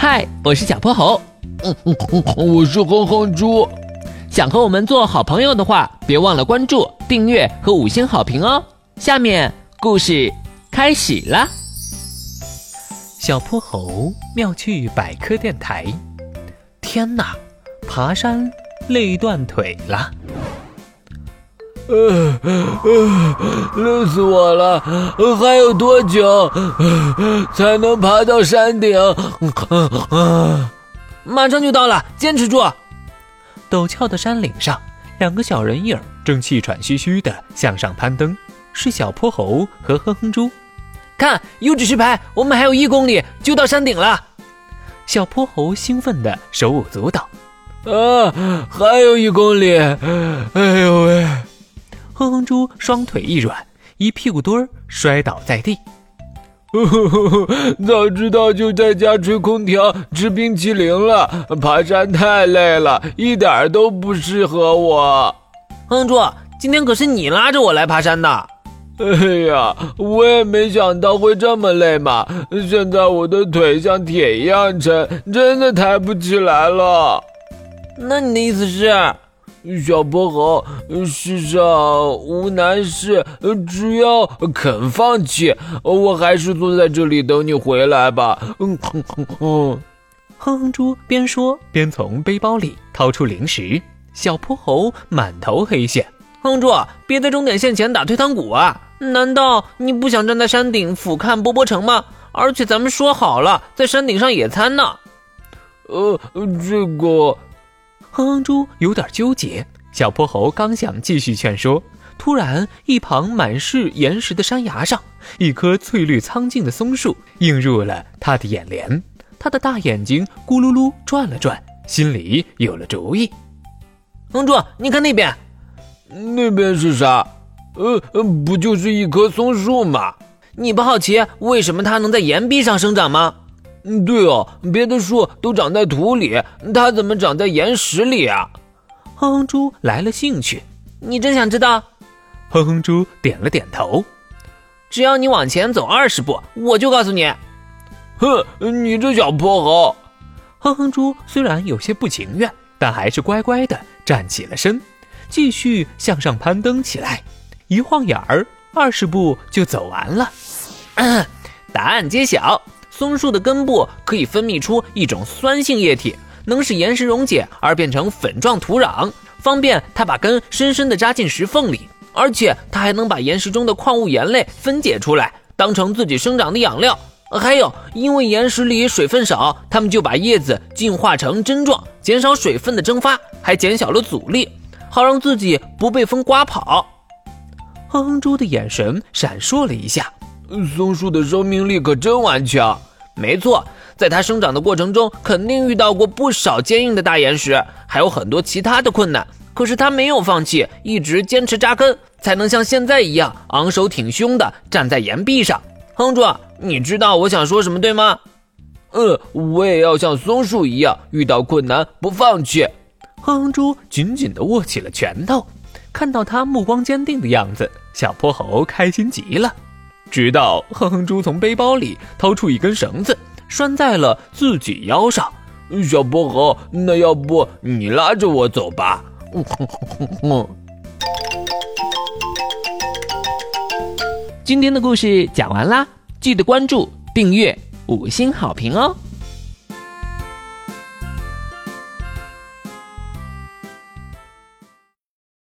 嗨，我是小泼猴。 我是哼哼猪。 想和我们做好朋友的话，别忘了关注、订阅和5星好评哦。下面故事开始啦。 小泼猴妙趣百科电台。天哪，爬山累断腿了。 累死我了！还有多久才能爬到山顶？ 马上就到了，坚持住！ 陡峭的山岭上，2个小人影正气喘吁吁地向上攀登，是小泼猴和哼哼猪。 看，有指示牌，我们还有1公里就到山顶了。 小泼猴兴奋地手舞足蹈。 还有1公里！哎呦喂！ 哼哼猪双腿一软，一屁股墩儿摔倒在地。 早知道就在家吹空调吃冰淇淋了，爬山太累了，一点都不适合我。 哼哼猪，今天可是你拉着我来爬山的。 哎呀，我也没想到会这么累嘛，现在我的腿像铁一样沉，真的抬不起来了。 那你的意思是？ 小泼猴，世上无难事，只要肯放弃，我还是坐在这里等你回来吧。 哼哼猪边说边从背包里掏出零食。小泼猴满头黑线。 哼哼猪，别在终点线前打退堂鼓啊！难道你不想站在山顶俯瞰波波城吗？而且咱们说好了在山顶上野餐呢。 这个…… 哼哼猪有点纠结，小泼猴刚想继续劝说，突然一旁满是岩石的山崖上，一棵翠绿苍劲的松树映入了他的眼帘。他的大眼睛咕噜噜转了转，心里有了主意。 哼哼猪，你看那边。 那边是啥？不就是一棵松树吗？ 你不好奇为什么它能在岩壁上生长吗？ 对哦，别的树都长在土里，它怎么长在岩石里啊？ 哼哼猪来了兴趣。 你真想知道？ 哼哼猪点了点头。 只要你往前走20步，我就告诉你。 哼，你这小泼猴！ 哼哼猪虽然有些不情愿，但还是乖乖地站起了身，继续向上攀登起来。一晃眼儿，20步就走完了。 答案揭晓。松树的根部可以分泌出一种酸性液体，能使岩石溶解而变成粉状土壤，方便它把根深深地扎进石缝里。而且它还能把岩石中的矿物盐类分解出来，当成自己生长的养料。还有，因为岩石里水分少，它们就把叶子进化成针状，减少水分的蒸发，还减小了阻力，好让自己不被风刮跑。 哼哼猪的眼神闪烁了一下。 松树的生命力可真顽强。 没错，在它生长的过程中，肯定遇到过不少坚硬的大岩石，还有很多其他的困难。可是它没有放弃，一直坚持扎根，才能像现在一样昂首挺胸地站在岩壁上。哼猪，你知道我想说什么对吗？ 我也要像松树一样，遇到困难不放弃。 哼哼猪紧紧地握起了拳头，看到他目光坚定的样子，小泼猴开心极了。直到哼哼猪从背包里掏出一根绳子，拴在了自己腰上。 小泼猴，那要不你拉着我走吧？ 今天的故事讲完啦，记得关注、订阅、5星好评哦。